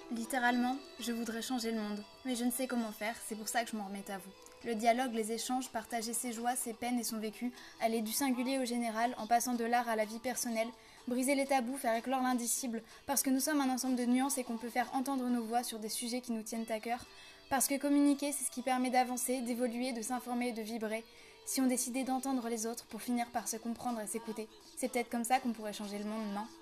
Littéralement, je voudrais changer le monde, mais je ne sais comment faire, c'est pour ça que je m'en remets à vous. Le dialogue, les échanges, partager ses joies, ses peines et son vécu, aller du singulier au général, en passant de l'art à la vie personnelle, briser les tabous, faire éclore l'indicible, parce que nous sommes un ensemble de nuances et qu'on peut faire entendre nos voix sur des sujets qui nous tiennent à cœur, parce que communiquer, c'est ce qui permet d'avancer, d'évoluer, de s'informer et de vibrer. Si on décidait d'entendre les autres pour finir par se comprendre et s'écouter, c'est peut-être comme ça qu'on pourrait changer le monde, non ?